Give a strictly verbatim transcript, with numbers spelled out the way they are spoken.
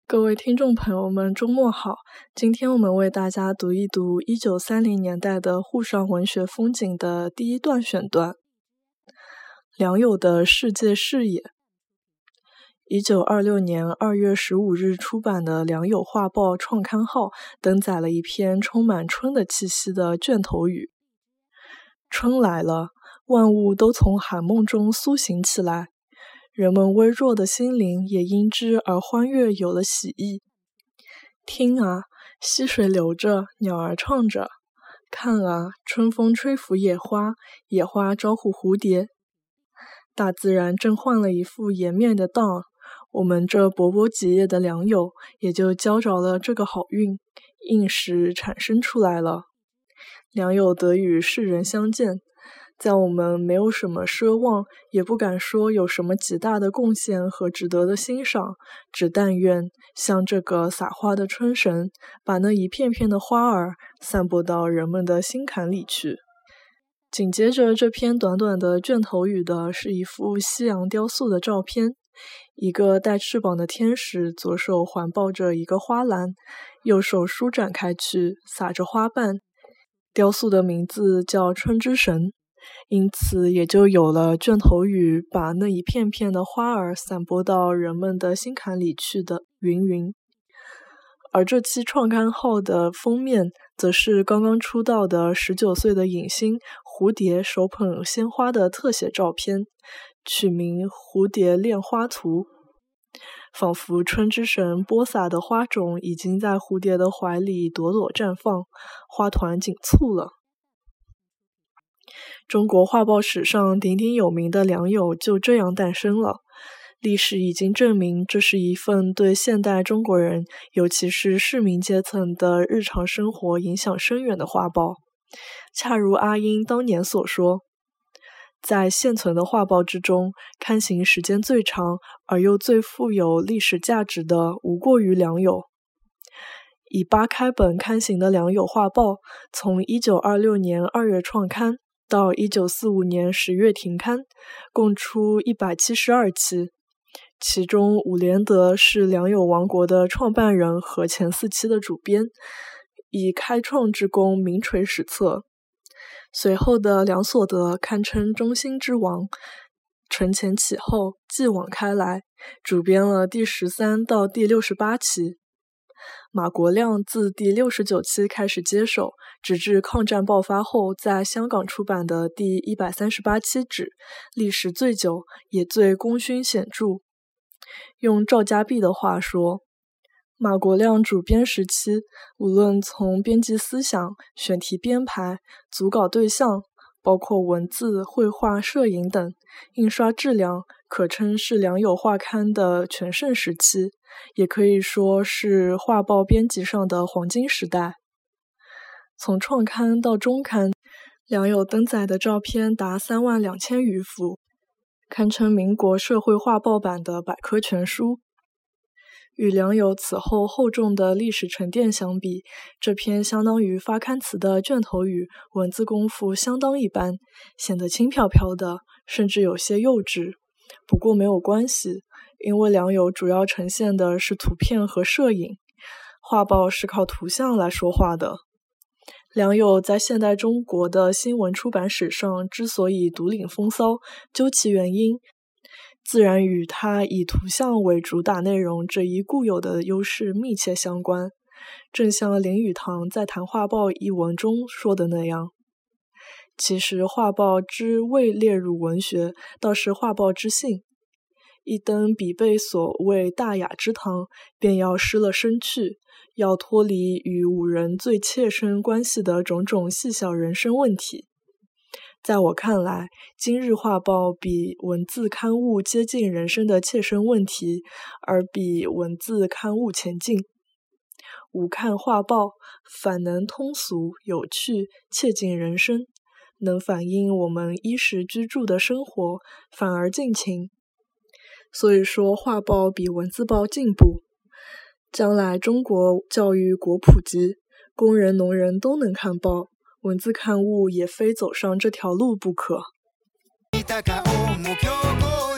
各位听众朋友们，周末好！今天我们为大家读一读一九三零年代的沪上文学风景的第一段选段。良友的世界视野。一九二六年二月十五日出版的良友画报创刊号登载了一篇充满春的气息的卷头语。春来了，万物都从寒梦中苏醒起来，人们微弱的心灵也因之而欢悦有了喜意。听啊，溪水流着，鸟儿唱着；看啊，春风吹拂野花，野花招呼蝴蝶。大自然正换了一副颜面的当，我们这勃勃几叶的良友也就交着了这个好运，应时产生出来了。良友得与世人相见，在我们没有什么奢望，也不敢说有什么极大的贡献和值得的欣赏，只但愿像这个撒花的春神，把那一片片的花儿散播到人们的心坎里去。紧接着这篇短短的卷头语的是一幅西洋雕塑的照片，一个带翅膀的天使左手环抱着一个花篮，右手舒展开去，撒着花瓣。雕塑的名字叫春之神，因此也就有了卷头语把那一片片的花儿散播到人们的心坎里去的云云。而这期创刊号的封面则是刚刚出道的十九岁的影星蝴蝶手捧鲜花的特写照片，取名蝴蝶恋花图，仿佛春之神播撒的花种已经在蝴蝶的怀里朵朵绽放，花团紧簇了。中国画报史上鼎鼎有名的良友就这样诞生了。历史已经证明，这是一份对现代中国人，尤其是市民阶层的日常生活影响深远的画报。恰如阿英当年所说，在现存的画报之中，刊行时间最长而又最富有历史价值的无过于良友。以八开本刊行的良友画报，从一九二六年二月创刊到一九四五年十月停刊，共出一百七十二期，其中伍连德是良友王国的创办人和前四期的主编，以开创之功名垂史册。随后的梁所得堪称中兴之王，承前启后，继往开来，主编了第十三到第六十八期。马国亮自第六十九期开始接手，直至抗战爆发后在香港出版的第一百三十八期止，历时最久，也最功勋显著。用赵家碧的话说，马国亮主编时期，无论从编辑思想、选题编排、组稿对象，包括文字、绘画、摄影等，印刷质量，可称是良友画刊的全盛时期，也可以说是画报编辑上的黄金时代。从创刊到中刊，良友登载的照片达三万两千余幅，堪称民国社会画报版的百科全书。与良友此后厚重的历史沉淀相比，这篇相当于发刊词的卷头语文字功夫相当一般，显得轻飘飘的，甚至有些幼稚。不过没有关系，因为良友主要呈现的是图片和摄影，画报是靠图像来说话的。良友在现代中国的新闻出版史上之所以独领风骚，究其原因，自然与它以图像为主打内容这一固有的优势密切相关。正像林语堂在谈画报一文中说的那样，其实画报之未列入文学，倒是画报之幸。一登彼辈所谓大雅之堂，便要失了身去，要脱离与五人最切身关系的种种细小人生问题。在我看来，今日画报比文字刊物接近人生的切身问题，而比文字刊物前进。吾看画报反能通俗有趣，切近人生，能反映我们衣食居住的生活，反而近情。所以说画报比文字报进步。将来中国教育国普及，工人农人都能看报，文字刊物也非走上这条路不可。